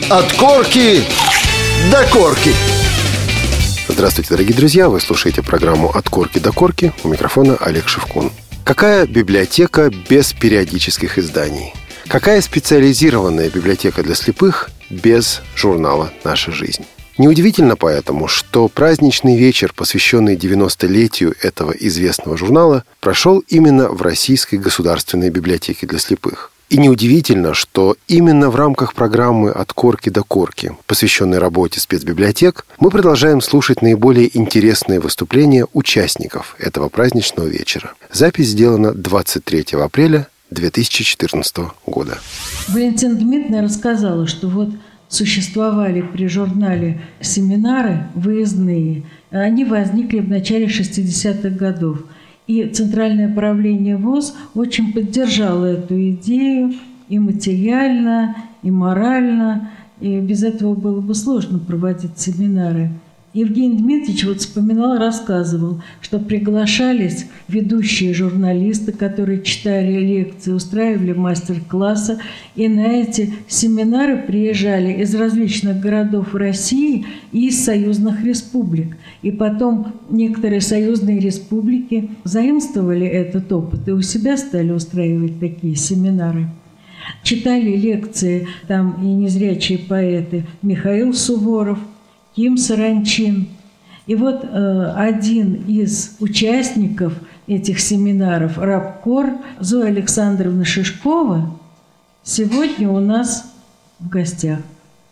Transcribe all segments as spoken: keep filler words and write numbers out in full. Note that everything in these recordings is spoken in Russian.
От корки до корки. Здравствуйте, дорогие друзья! Вы слушаете программу «От корки до корки». У микрофона Олег Шевкун. Какая библиотека без периодических изданий? Какая специализированная библиотека для слепых без журнала «Наша жизнь»? Неудивительно поэтому, что праздничный вечер, посвященный девяностолетию этого известного журнала, прошел именно в Российской государственной библиотеке для слепых. И неудивительно, что именно в рамках программы «От корки до корки», посвященной работе спецбиблиотек, мы продолжаем слушать наиболее интересные выступления участников этого праздничного вечера. Запись сделана двадцать третьего апреля две тысячи четырнадцатого года. Валентина Дмитриевна рассказала, что вот существовали при журнале семинары выездные. Они возникли в начале шестидесятых годов. И Центральное правление ВОС очень поддержало эту идею и материально, и морально. И без этого было бы сложно проводить семинары. Евгений Дмитриевич вот вспоминал, рассказывал, что приглашались ведущие журналисты, которые читали лекции, устраивали мастер-классы. И на эти семинары приезжали из различных городов России и из союзных республик. И потом некоторые союзные республики заимствовали этот опыт и у себя стали устраивать такие семинары. Читали лекции там и незрячие поэты Михаил Суворов, Ким Саранчин. И вот э, один из участников этих семинаров, рабкор Зоя Александровна Шишкова, сегодня у нас в гостях.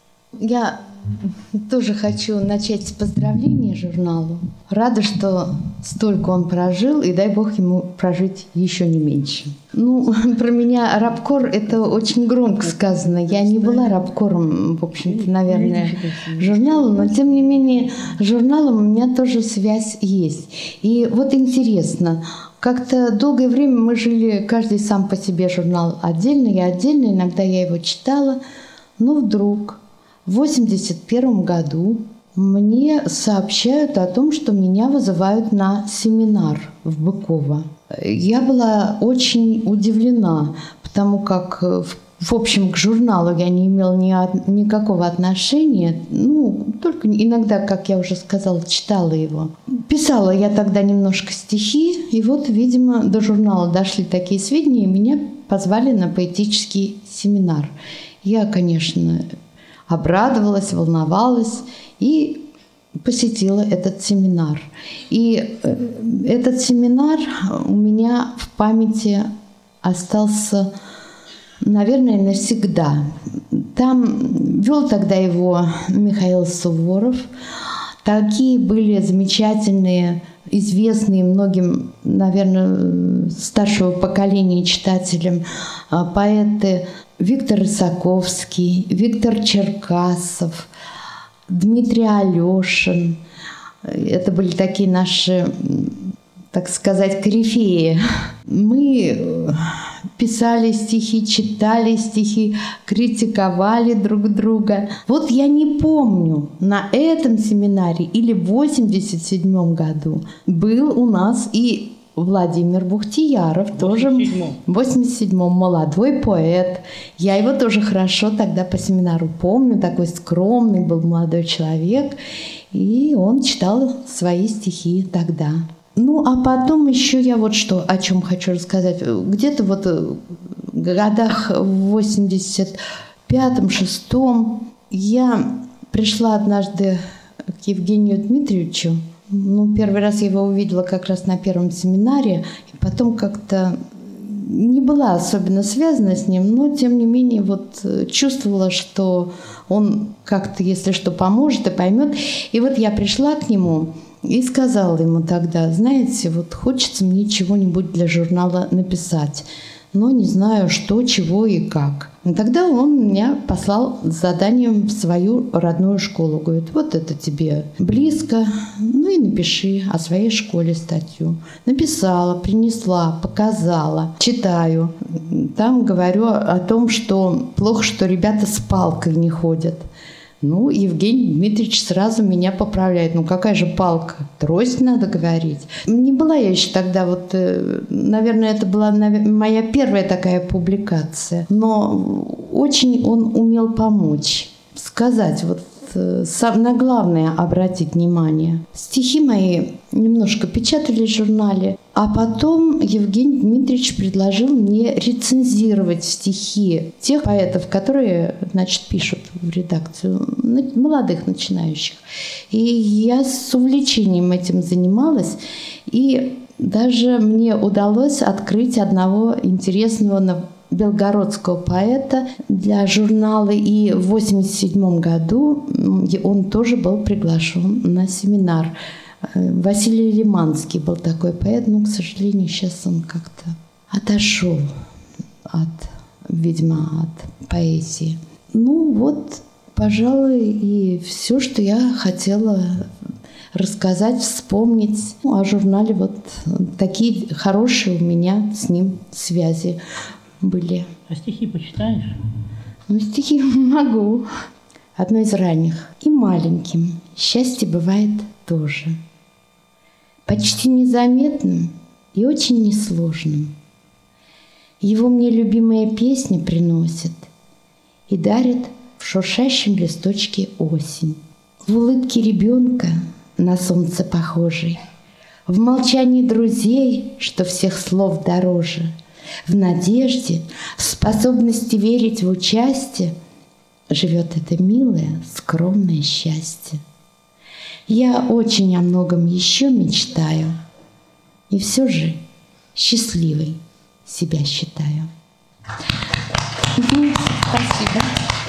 Я тоже хочу начать с поздравления журналу. Рада, что столько он прожил, и дай бог ему прожить еще не меньше. Ну, про меня рабкор – это очень громко сказано. Я не была рабкором, в общем-то, наверное, журнала, но, тем не менее, с журналом у меня тоже связь есть. И вот интересно, как-то долгое время мы жили, каждый сам по себе журнал отдельно, я отдельно, иногда я его читала, но вдруг в восемьдесят первом году мне сообщают о том, что меня вызывают на семинар в Быково. Я была очень удивлена, потому как, в общем, к журналу я не имела ни от, никакого отношения. Ну, только иногда, как я уже сказала, читала его. Писала я тогда немножко стихи, и вот, видимо, до журнала дошли такие сведения, и меня позвали на поэтический семинар. Я, конечно, обрадовалась, волновалась и посетила этот семинар. И этот семинар у меня в памяти остался, наверное, навсегда. Там вел тогда его Михаил Суворов. Такие были замечательные, известные многим, наверное, старшего поколения читателям поэты Виктор Исаковский, Виктор Черкасов, Дмитрий Алешин. Это были такие наши, так сказать, корифеи. Мы писали стихи, читали стихи, критиковали друг друга. Вот я не помню, на этом семинаре или в восемьдесят седьмом году был у нас и Владимир Бухтияров, тоже в восемьдесят седьмом молодой поэт. Я его тоже хорошо тогда по семинару помню, такой скромный был молодой человек, и он читал свои стихи тогда. Ну, а потом еще я вот что, о чем хочу рассказать. Где-то вот в годах в восемьдесят пятом шестом я пришла однажды к Евгению Дмитриевичу. Ну, первый раз я его увидела как раз на первом семинаре, и потом как-то не была особенно связана с ним, но, тем не менее, вот чувствовала, что он как-то, если что, поможет и поймет. И вот я пришла к нему и сказала ему тогда: знаете, вот хочется мне чего-нибудь для журнала написать, но не знаю, что, чего и как. И тогда он меня послал с заданием в свою родную школу. Говорит: вот это тебе близко, ну и напиши о своей школе статью. Написала, принесла, показала, читаю. Там говорю о том, что плохо, что ребята с палкой не ходят. Ну, Евгений Дмитриевич сразу меня поправляет. Ну, какая же палка? Трость надо говорить. Не была я еще тогда, вот, наверное, это была моя первая такая публикация. Но очень он умел помочь. сказать, вот на главное обратить внимание. Стихи мои немножко печатали в журнале, а потом Евгений Дмитриевич предложил мне рецензировать стихи тех поэтов, которые, значит, пишут в редакцию, молодых начинающих. И я с увлечением этим занималась, и даже мне удалось открыть одного интересного белгородского поэта для журнала, и в восемьдесят седьмом году он тоже был приглашен на семинар. Василий Лиманский был такой поэт, но, к сожалению, сейчас он как-то отошел от, видимо, от поэзии. Ну вот, пожалуй, и все, что я хотела рассказать, вспомнить. Ну, о журнале вот такие хорошие у меня с ним связи были. А стихи почитаешь? Ну, стихи могу. Одно из ранних. И маленьким счастье бывает тоже. Почти незаметным и очень несложным. Его мне любимая песня приносит и дарит в шуршащем листочке осень. В улыбке ребенка на солнце похожий, в молчании друзей, что всех слов дороже, в надежде, в способности верить в участие живет это милое, скромное счастье. Я очень о многом еще мечтаю, и все же счастливой себя считаю. Спасибо.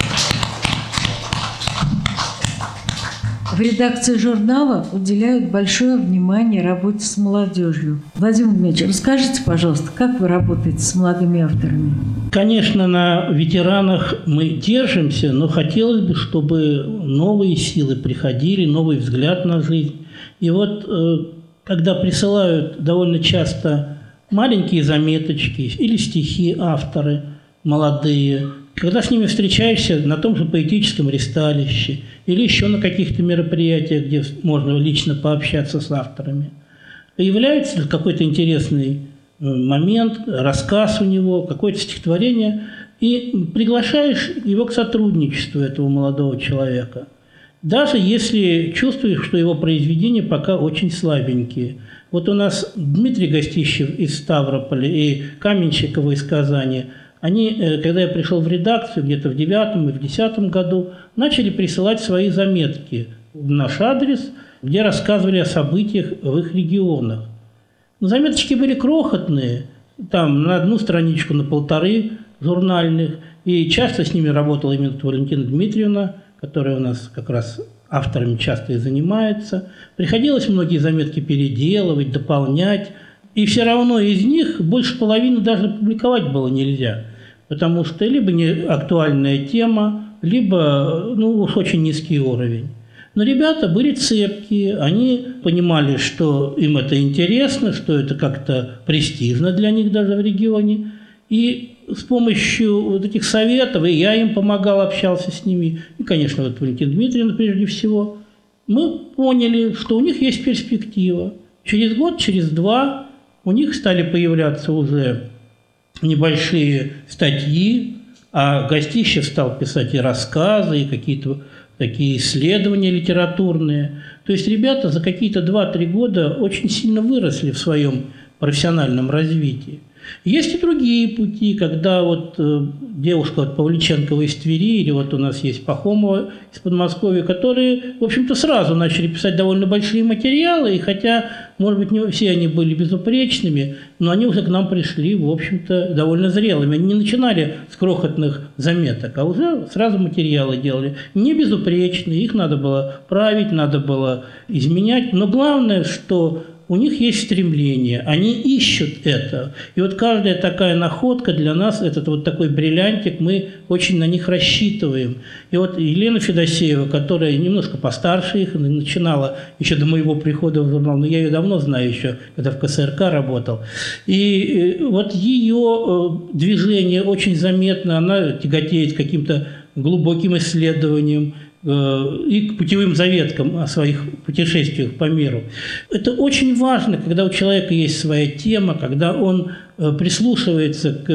В редакции журнала уделяют большое внимание работе с молодежью. Владимир Дмитриевич, расскажите, пожалуйста, как вы работаете с молодыми авторами? Конечно, на ветеранах мы держимся, но хотелось бы, чтобы новые силы приходили, новый взгляд на жизнь. И вот, когда присылают довольно часто маленькие заметочки или стихи авторы молодые, когда с ними встречаешься на том же поэтическом ристалище или еще на каких-то мероприятиях, где можно лично пообщаться с авторами, появляется какой-то интересный момент, рассказ у него, какое-то стихотворение, и приглашаешь его к сотрудничеству, этого молодого человека. Даже если чувствуешь, что его произведения пока очень слабенькие. Вот у нас Дмитрий Гостищев из Ставрополя и Каменщикова из Казани, они, когда я пришел в редакцию, где-то в девятом и в десятом году, начали присылать свои заметки в наш адрес, где рассказывали о событиях в их регионах. Но заметочки были крохотные, там на одну страничку, на полторы журнальных, и часто с ними работала именно Валентина Дмитриевна, которая у нас как раз авторами часто и занимается. Приходилось многие заметки переделывать, дополнять, и все равно из них больше половины даже публиковать было нельзя, потому что либо не актуальная тема, либо ну, уж очень низкий уровень. Но ребята были цепкие, они понимали, что им это интересно, что это как-то престижно для них даже в регионе. И с помощью вот этих советов, и я им помогал, общался с ними, и, конечно, вот Валентина Дмитриевна прежде всего, мы поняли, что у них есть перспектива. Через год, через два у них стали появляться уже небольшие статьи, а Гостищев стал писать и рассказы, и какие-то такие исследования литературные. То есть ребята за какие-то два-три года очень сильно выросли в своем профессиональном развитии. Есть и другие пути, когда вот э, девушка от Павличенкова из Твери, или вот у нас есть Пахомова из Подмосковья, которые, в общем-то, сразу начали писать довольно большие материалы, и хотя, может быть, не все они были безупречными, но они уже к нам пришли, в общем-то, довольно зрелыми. Они не начинали с крохотных заметок, а уже сразу материалы делали. Не безупречные, их надо было править, надо было изменять, но главное, что у них есть стремление, они ищут это. И вот каждая такая находка для нас, этот вот такой бриллиантик, мы очень на них рассчитываем. И вот Елена Федосеева, которая немножко постарше их, начинала еще до моего прихода в журнал, но я ее давно знаю еще, когда в ка эс эр ка работал. И вот ее движение очень заметно, она тяготеет к каким-то глубоким исследованиям, и к путевым заветкам о своих путешествиях по миру. Это очень важно, когда у человека есть своя тема, когда он прислушивается к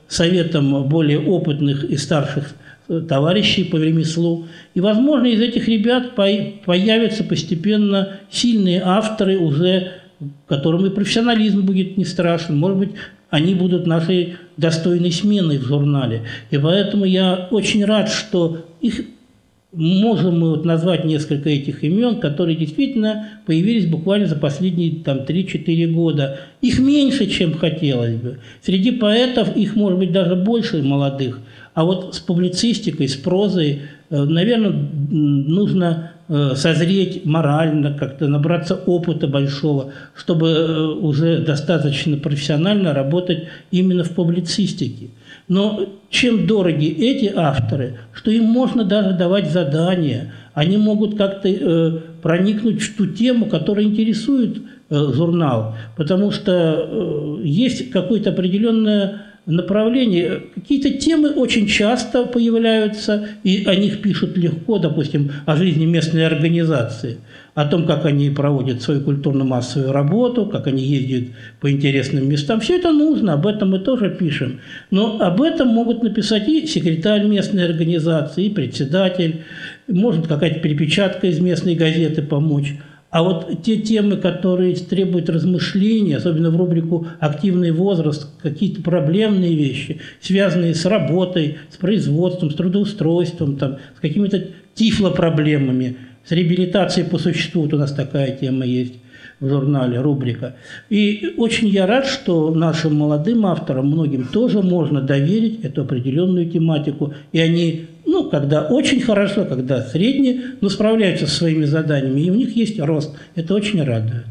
советом более опытных и старших товарищей по ремеслу. И, возможно, из этих ребят появятся постепенно сильные авторы, уже которым и профессионализм будет не страшен. Может быть, они будут нашей достойной сменой в журнале. И поэтому я очень рад, что их можем мы вот назвать несколько этих имен, которые действительно появились буквально за последние там, три-четыре года. Их меньше, чем хотелось бы. Среди поэтов их, может быть, даже больше молодых. А вот с публицистикой, с прозой, наверное, нужно созреть морально, как-то набраться опыта большого, чтобы уже достаточно профессионально работать именно в публицистике. Но чем дороги эти авторы, что им можно даже давать задания, они могут как-то э, проникнуть в ту тему, которая интересует э, журнал, потому что э, есть какое-то определенное направление. Какие-то темы очень часто появляются, и о них пишут легко, допустим, о жизни местной организации, о том, как они проводят свою культурно-массовую работу, как они ездят по интересным местам. Все это нужно, об этом мы тоже пишем. Но об этом могут написать и секретарь местной организации, и председатель, может какая-то перепечатка из местной газеты помочь. А вот те темы, которые требуют размышления, особенно в рубрику «Активный возраст», какие-то проблемные вещи, связанные с работой, с производством, с трудоустройством, там, с какими-то тифлопроблемами, с реабилитацией по существу. Вот у нас такая тема есть в журнале, рубрика. И очень я рад, что нашим молодым авторам, многим тоже можно доверить эту определенную тематику. И они, ну, когда очень хорошо, когда средне, но справляются со своими заданиями, и у них есть рост. Это очень радует.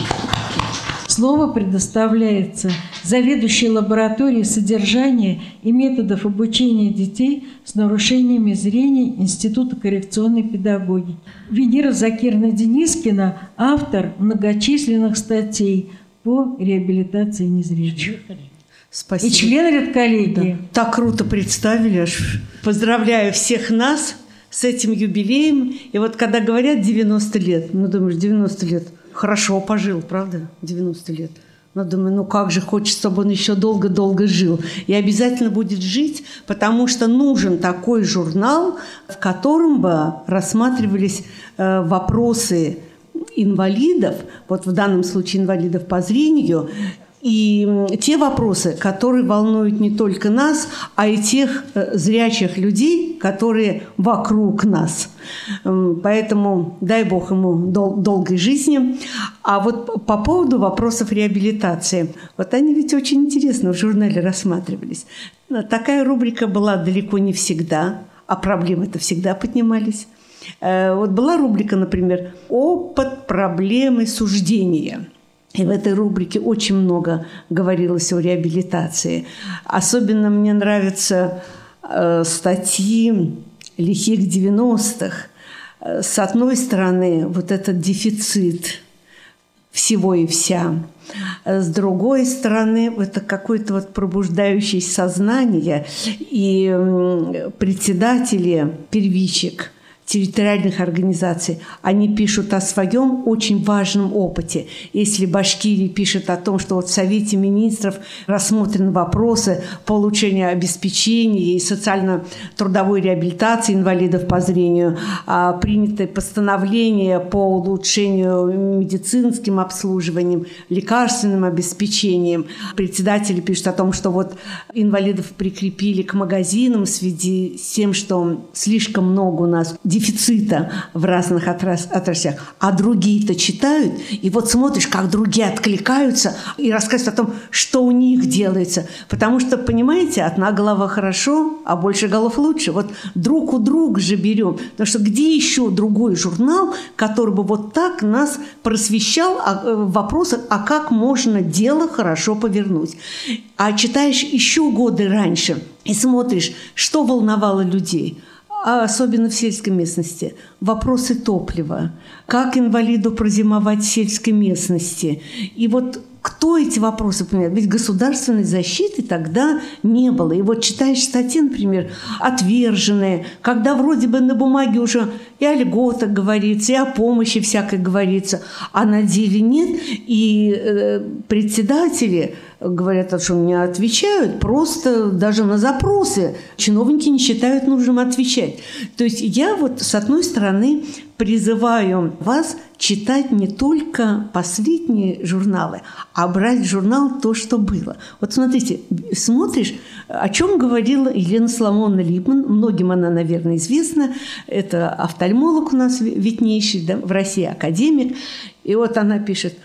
Слово предоставляется заведующей лабораторией содержания и методов обучения детей с нарушениями зрения Института коррекционной педагогики. Венера Закировна Денискина – автор многочисленных статей по реабилитации незрячих. Спасибо. И член редколлегии. Да. Так круто представили, аж поздравляю всех нас с этим юбилеем. И вот когда говорят девяносто лет, ну, думаешь, девяносто лет – хорошо пожил, правда? девяносто лет. Но думаю, ну как же хочется, чтобы он еще долго-долго жил. И обязательно будет жить, потому что нужен такой журнал, в котором бы рассматривались э, вопросы инвалидов, вот в данном случае инвалидов по зрению, и те вопросы, которые волнуют не только нас, а и тех зрячих людей, которые вокруг нас. Поэтому дай Бог ему дол- долгой жизни. А вот по поводу вопросов реабилитации. Вот они ведь очень интересно в журнале рассматривались. Такая рубрика была далеко не всегда, а проблемы-то всегда поднимались. Вот была рубрика, например, «Опыт проблемы суждения». И в этой рубрике очень много говорилось о реабилитации. Особенно мне нравятся э, статьи лихих девяностых. С одной стороны, вот этот дефицит всего и вся. С другой стороны, это какое-то вот пробуждающее сознание. И э, председатели первичек территориальных организаций, они пишут о своем очень важном опыте. Если Башкирия пишет о том, что вот в Совете министров рассмотрены вопросы по улучшению обеспечения и социально-трудовой реабилитации инвалидов по зрению, принято постановление по улучшению медицинским обслуживанием, лекарственным обеспечением. Председатели пишут о том, что вот инвалидов прикрепили к магазинам в связи с тем, что слишком много у нас дефицита в разных отраслях, а другие-то читают, и вот смотришь, как другие откликаются и рассказывают о том, что у них делается. Потому что, понимаете, одна голова хорошо, а больше голов лучше. Вот друг у друга же берем. Потому что где еще другой журнал, который бы вот так нас просвещал в вопросах, а как можно дело хорошо повернуть. А читаешь еще годы раньше и смотришь, что волновало людей, а особенно в сельской местности, вопросы топлива, как инвалиду прозимовать в сельской местности. И вот кто эти вопросы понимает? Ведь государственной защиты тогда не было. И вот читаешь статьи, например, «Отверженные», когда вроде бы на бумаге уже и о льготах говорится, и о помощи всякой говорится, а на деле нет. И э, председатели говорят, что не отвечают, просто даже на запросы чиновники не считают нужным отвечать. То есть я вот с одной стороны призываю вас читать не только последние журналы, а брать в журнал то, что было. Вот смотрите, смотришь, о чем говорила Елена Соломоновна Липман, многим она, наверное, известна, это офтальмолог у нас виднейший, да, в России, академик, и вот она пишет: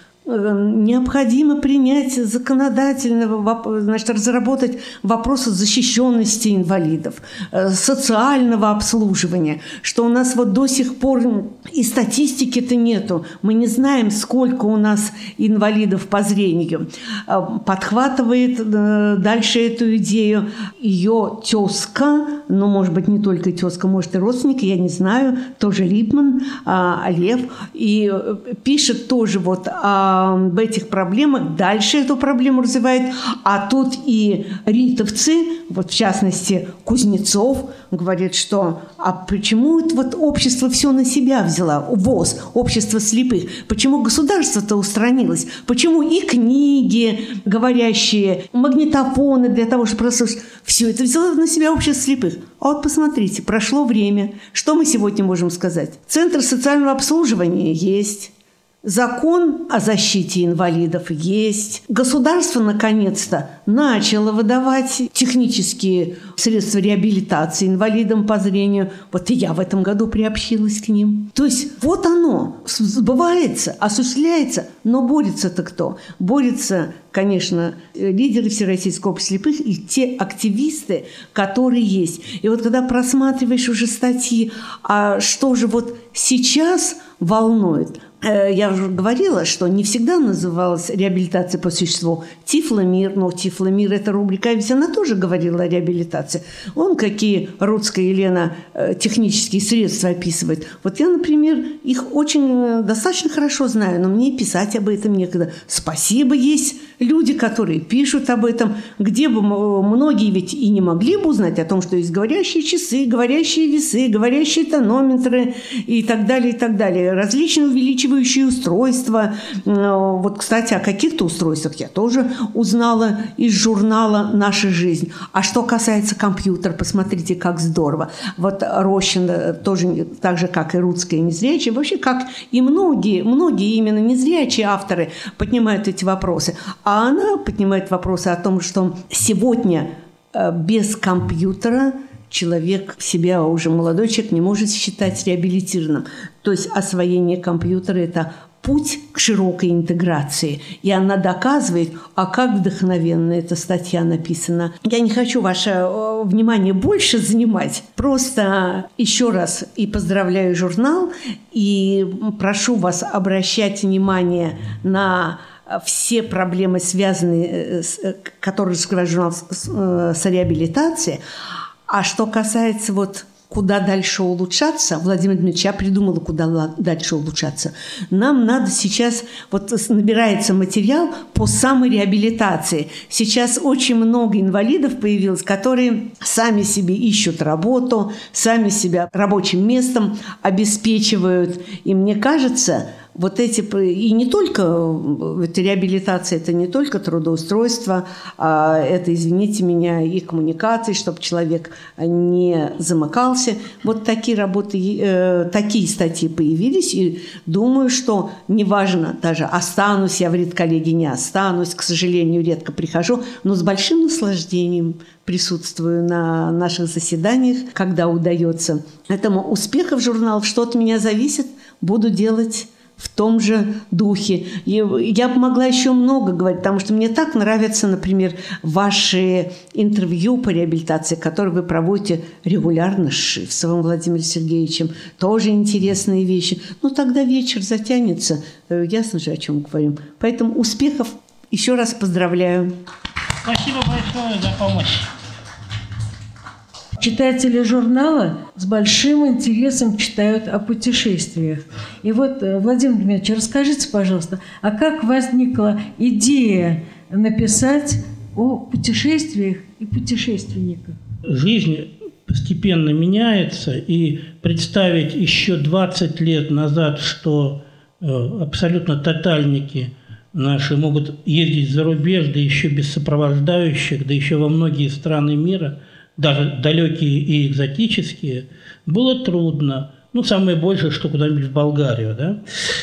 необходимо принять законодательного, значит, разработать вопросы защищенности инвалидов, социального обслуживания, что у нас вот до сих пор и статистики-то нету. Мы не знаем, сколько у нас инвалидов по зрению. Подхватывает дальше эту идею ее тезка, ну, может быть, не только тезка, может, и родственник, я не знаю, тоже Липман, Лев, и пишет тоже вот о об этих проблемах, дальше эту проблему развивает. А тут и ритовцы, вот в частности Кузнецов, говорит, что а почему это вот общество все на себя взяло, ВОС, общество слепых, почему государство-то устранилось, почему и книги говорящие, магнитофоны для того, чтобы прослушать, все это взяло на себя общество слепых. А вот посмотрите, прошло время, что мы сегодня можем сказать? Центр социального обслуживания есть. Закон о защите инвалидов есть. Государство, наконец-то, начало выдавать технические средства реабилитации инвалидам по зрению. Вот и я в этом году приобщилась к ним. То есть вот оно сбывается, осуществляется, но борется-то кто? Борется, конечно, лидеры Всероссийского общества слепых и те активисты, которые есть. И вот когда просматриваешь уже статьи, а что же вот сейчас волнует? Я уже говорила, что не всегда называлась реабилитация по существу Тифломир, но Тифломир – это рубрика, ведь она тоже говорила о реабилитации. Он какие Рудская Елена технические средства описывает. Вот я, например, их очень достаточно хорошо знаю, но мне писать об этом некогда. Спасибо, есть люди, которые пишут об этом, где бы многие ведь и не могли бы узнать о том, что есть говорящие часы, говорящие весы, говорящие тонометры и так далее, и так далее. Различные увеличивающие устройства. Вот, кстати, о каких-то устройствах я тоже узнала из журнала «Наша жизнь». А что касается компьютера, посмотрите, как здорово. Вот Рощин тоже так же, как и Рудская, незрячая, вообще как и многие, многие именно незрячие авторы поднимают эти вопросы. А она поднимает вопросы о том, что сегодня без компьютера человек себя, уже молодой человек, не может считать реабилитированным. То есть освоение компьютера – это путь к широкой интеграции. И она доказывает, а как вдохновенно эта статья написана. Я не хочу ваше внимание больше занимать. Просто еще раз и поздравляю журнал, и прошу вас обращать внимание на все проблемы, связанные с, которые раскрывает журнал, с, с реабилитацией. А что касается вот куда дальше улучшаться, Владимир Дмитриевич, я придумала, куда дальше улучшаться. Нам надо сейчас, вот набирается материал по самореабилитации. Сейчас очень много инвалидов появилось, которые сами себе ищут работу, сами себя рабочим местом обеспечивают. И мне кажется, вот эти, и не только, это реабилитация, это не только трудоустройство, а это, извините меня, и коммуникации, чтобы человек не замыкался. Вот такие работы, э, такие статьи появились, и думаю, что неважно, даже останусь я в редколлегии, не останусь, к сожалению, редко прихожу, но с большим наслаждением присутствую на наших заседаниях, когда удается. Поэтому успехов журналов, что от меня зависит, буду делать в том же духе. И я бы могла еще много говорить, потому что мне так нравятся, например, ваши интервью по реабилитации, которые вы проводите регулярно с Шивцевым Владимиром Сергеевичем. Тоже интересные вещи. Ну, тогда вечер затянется. Ясно же, о чем говорим. Поэтому успехов. Еще раз поздравляю. Спасибо большое за помощь. Читатели журнала с большим интересом читают о путешествиях. И вот, Владимир Дмитриевич, расскажите, пожалуйста, а как возникла идея написать о путешествиях и путешественниках? Жизнь постепенно меняется, и представить еще двадцать лет назад, что абсолютно тотальники наши могут ездить за рубеж, да еще без сопровождающих, да еще во многие страны мира, даже далекие и экзотические, было трудно. Ну, самое большее, что куда-нибудь в Болгарию, да?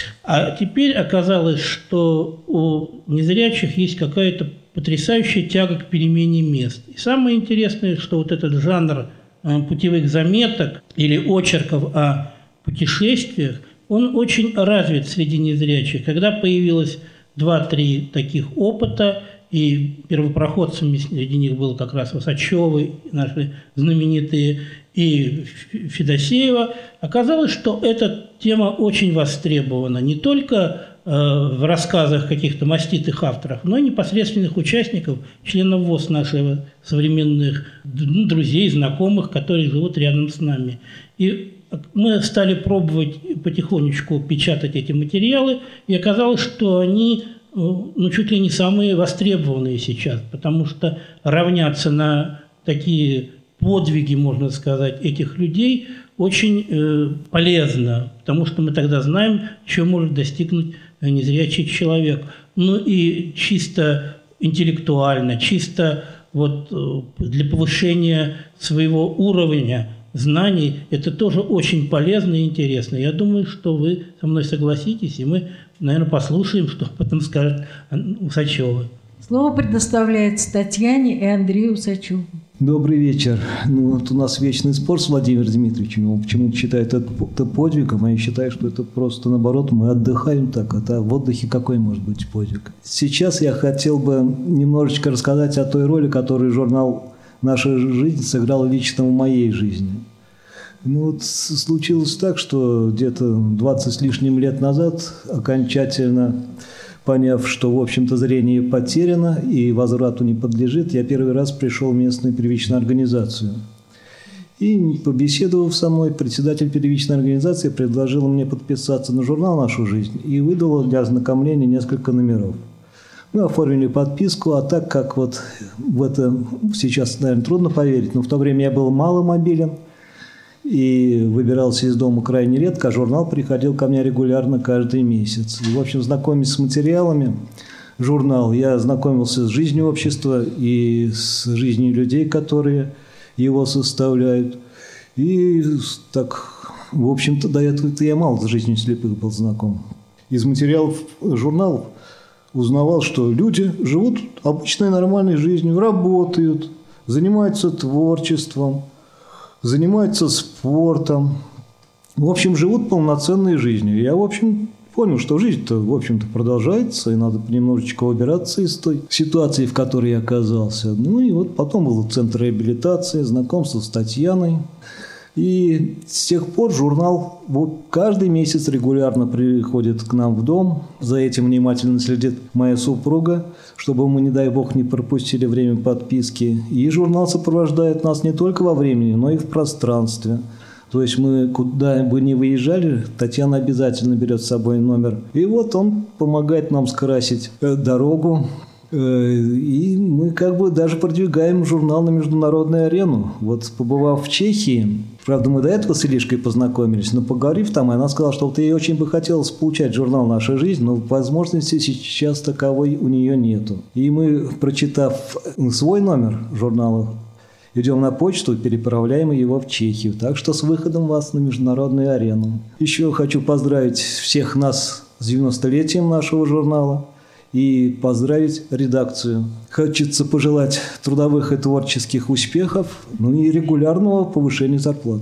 А теперь оказалось, что у незрячих есть какая-то потрясающая тяга к перемене мест. И самое интересное, что вот этот жанр путевых заметок или очерков о путешествиях, он очень развит среди незрячих. Когда появилось два-три таких опыта, и первопроходцами среди них был как раз Усачёвы, наши знаменитые, и Федосеева, оказалось, что эта тема очень востребована не только э, в рассказах каких-то маститых авторов, но и непосредственных участников, членов ВОС наших современных друзей, знакомых, которые живут рядом с нами. И мы стали пробовать потихонечку печатать эти материалы, и оказалось, что они ну, чуть ли не самые востребованные сейчас, потому что равняться на такие подвиги, можно сказать, этих людей очень э, полезно, потому что мы тогда знаем, чего может достигнуть незрячий человек. Ну и чисто интеллектуально, чисто вот для повышения своего уровня знаний это тоже очень полезно и интересно. Я думаю, что вы со мной согласитесь, и мы, наверное, послушаем, что потом скажет Усачёва. Слово предоставляется Татьяне и Андрею Усачёву. Добрый вечер. Ну, вот у нас вечный спор с Владимиром Дмитриевичем. Он почему-то считает это подвигом, а я считаю, что это просто наоборот. Мы отдыхаем так, а в отдыхе какой может быть подвиг? Сейчас я хотел бы немножечко рассказать о той роли, которую журнал «Наша жизнь» сыграл лично в моей жизни. Ну, вот случилось так, что где-то двадцать с лишним лет назад, окончательно поняв, что, в общем-то, зрение потеряно и возврату не подлежит, я первый раз пришел в местную первичную организацию. И, побеседовав со мной, председатель первичной организации предложил мне подписаться на журнал «Нашу жизнь» и выдал для ознакомления несколько номеров. Мы оформили подписку, а так как вот в это сейчас, наверное, трудно поверить, но в то время я был маломобилен и выбирался из дома крайне редко, а журнал приходил ко мне регулярно каждый месяц. И, в общем, знакомясь с материалами журнала, я знакомился с жизнью общества и с жизнью людей, которые его составляют. И так, в общем-то, до этого я мало с жизнью слепых был знаком. Из материалов журналов узнавал, что люди живут обычной нормальной жизнью, работают, занимаются творчеством, занимаются спортом. В общем, живут полноценной жизнью. Я, в общем, понял, что жизнь-то, в общем-то, продолжается, и надо немножечко выбираться из той ситуации, в которой я оказался. Ну и вот потом был центр реабилитации, знакомство с Татьяной. И с тех пор журнал каждый месяц регулярно приходит к нам в дом. За этим внимательно следит моя супруга, чтобы мы, не дай бог, не пропустили время подписки. И журнал сопровождает нас не только во времени, но и в пространстве. То есть мы куда бы ни выезжали, Татьяна обязательно берет с собой номер. И вот он помогает нам скрасить дорогу. И мы как бы даже продвигаем журнал на международную арену. Вот побывав в Чехии, правда, мы до этого с Илишкой познакомились, но поговорив там, она сказала, что вот ей очень бы хотелось получать журнал «Наша жизнь», но возможности сейчас таковой у нее нету. И мы, прочитав свой номер журнала, идем на почту и переправляем его в Чехию. Так что с выходом вас на международную арену. Еще хочу поздравить всех нас с девяностолетием нашего журнала и поздравить редакцию. Хочется пожелать трудовых и творческих успехов, ну и регулярного повышения зарплат.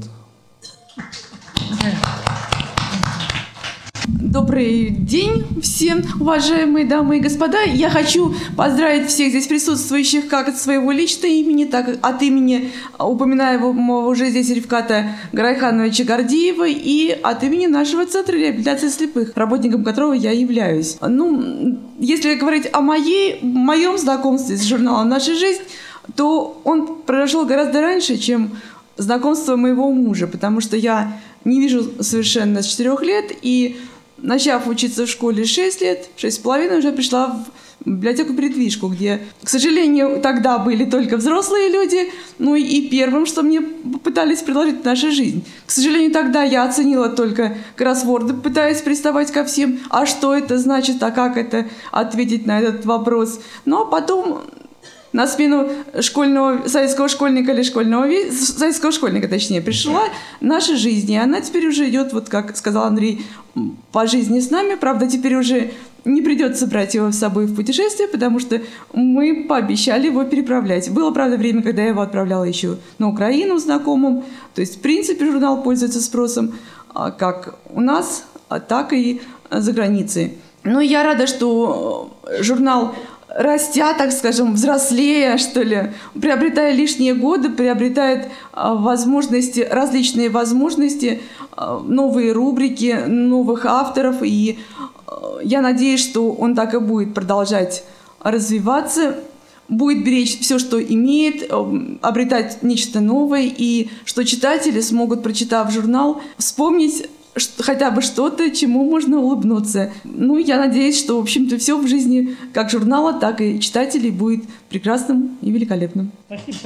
Добрый день всем, уважаемые дамы и господа. Я хочу поздравить всех здесь присутствующих как от своего личного имени, так и от имени упоминаемого уже здесь Рифката Гарайхановича Гордеева и от имени нашего Центра реабилитации слепых, работником которого я являюсь. Ну, если говорить о моей, моем знакомстве с журналом «Наша жизнь», то он произошел гораздо раньше, чем знакомство моего мужа, потому что я не вижу совершенно с четырех лет, и начав учиться в школе шесть лет, шесть с половиной, уже пришла в библиотеку-передвижку, где, к сожалению, тогда были только взрослые люди, ну и первым, что мне пытались предложить в нашей жизни. К сожалению, тогда я оценила только кроссворды, пытаясь приставать ко всем, а что это значит, а как это ответить на этот вопрос. Ну а потом на смену школьного, советского школьника или школьного, советского школьника, точнее, пришла наша жизнь. И она теперь уже идет, вот как сказал Андрей, по жизни с нами. Правда, теперь уже не придется брать его с собой в путешествие, потому что мы пообещали его переправлять. Было, правда, время, когда я его отправляла еще на Украину знакомым. То есть, в принципе, журнал пользуется спросом как у нас, так и за границей. Но я рада, что журнал, растя, так скажем, взрослея, что ли, приобретая лишние годы, приобретает возможности, различные возможности, новые рубрики, новых авторов. И я надеюсь, что он так и будет продолжать развиваться, будет беречь все, что имеет, обретать нечто новое, и что читатели смогут, прочитав журнал, вспомнить хотя бы что-то, чему можно улыбнуться. Ну, я надеюсь, что, в общем-то, все в жизни как журнала, так и читателей будет прекрасным и великолепным. Спасибо.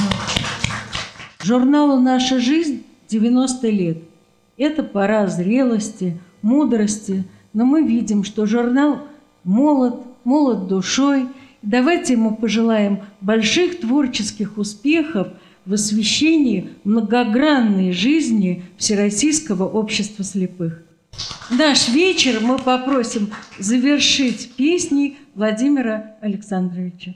Журналу «Наша жизнь» девяносто лет. Это пора зрелости, мудрости, но мы видим, что журнал молод, молод душой. Давайте ему пожелаем больших творческих успехов в освещении многогранной жизни Всероссийского общества слепых. Наш вечер мы попросим завершить песней Владимира Александровича.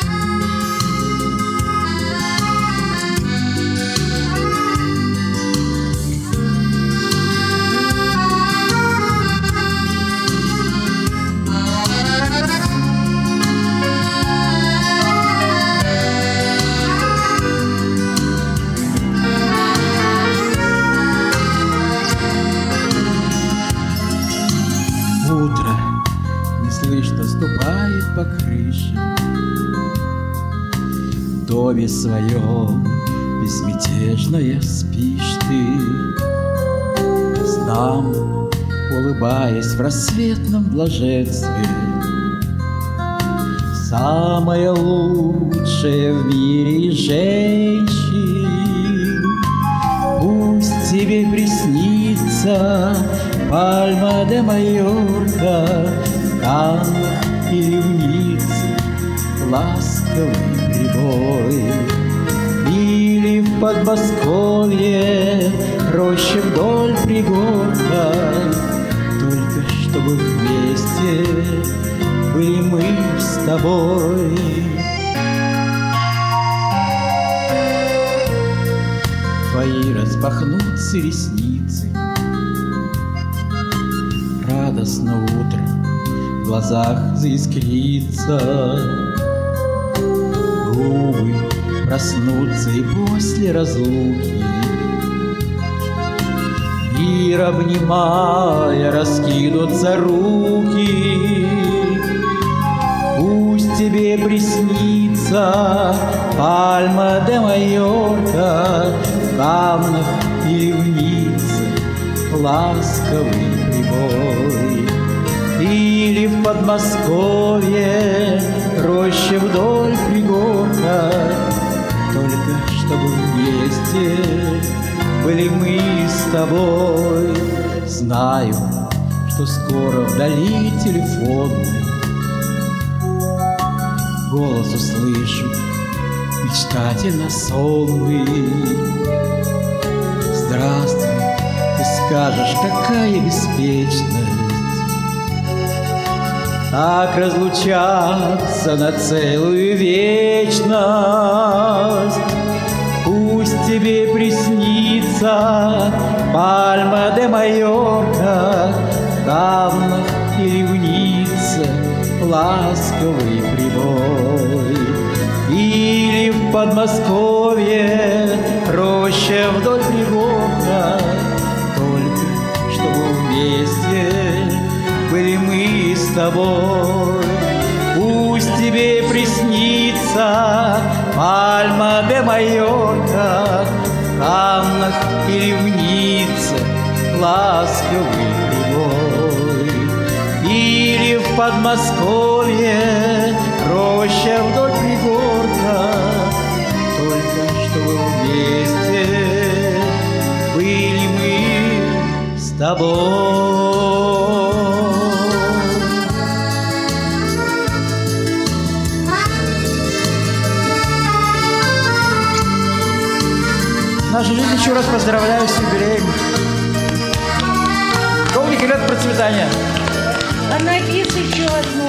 Ступает по крыше, в доме своем безмятежная спишь ты. Снам, улыбаясь в рассветном блаженстве, самая лучшая в мире женщин. Пусть тебе приснится Пальма де Майорка, Каннах или в Ницце ласковый прибой, или в Подмосковье роща вдоль пригорка, только чтобы вместе были мы с тобой. Твои распахнутся ресницы, радостно утро в глазах заискрится, губы проснутся и после разлуки, мир обнимая, раскинутся руки. Пусть тебе приснится Пальма де Майорка, в Каннах или в Ницце ласковый прибой, или в Подмосковье роща вдоль пригорка, только чтобы вместе были мы с тобой. Знаю, что скоро вдали телефонный голос услышу, мечтательно сонный. Здравствуй, ты скажешь, какая беспечность так разлучаться на целую вечность. Пусть тебе приснится Пальма де Майорка, в Каннах или в Ницце ласковый прибой, или в Подмосковье роща вдоль пригорка, только чтобы вместе были мы с тобой. Пусть тебе приснится Пальма де Майорка, в Каннах или в Ницце ласковый прибой, или в Подмосковье, роща вдоль пригорка, только чтобы вместе были мы с тобой. Нашу жизнь еще раз поздравляю с юбилеем. Долгих лет процветания. А на бис еще одну.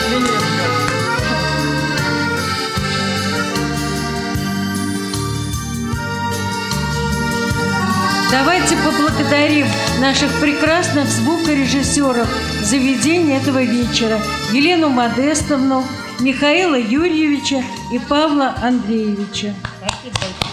Давайте поблагодарим наших прекрасных звукорежиссеров за ведение этого вечера. Елену Модестовну, Михаила Юрьевича и Павла Андреевича. Спасибо.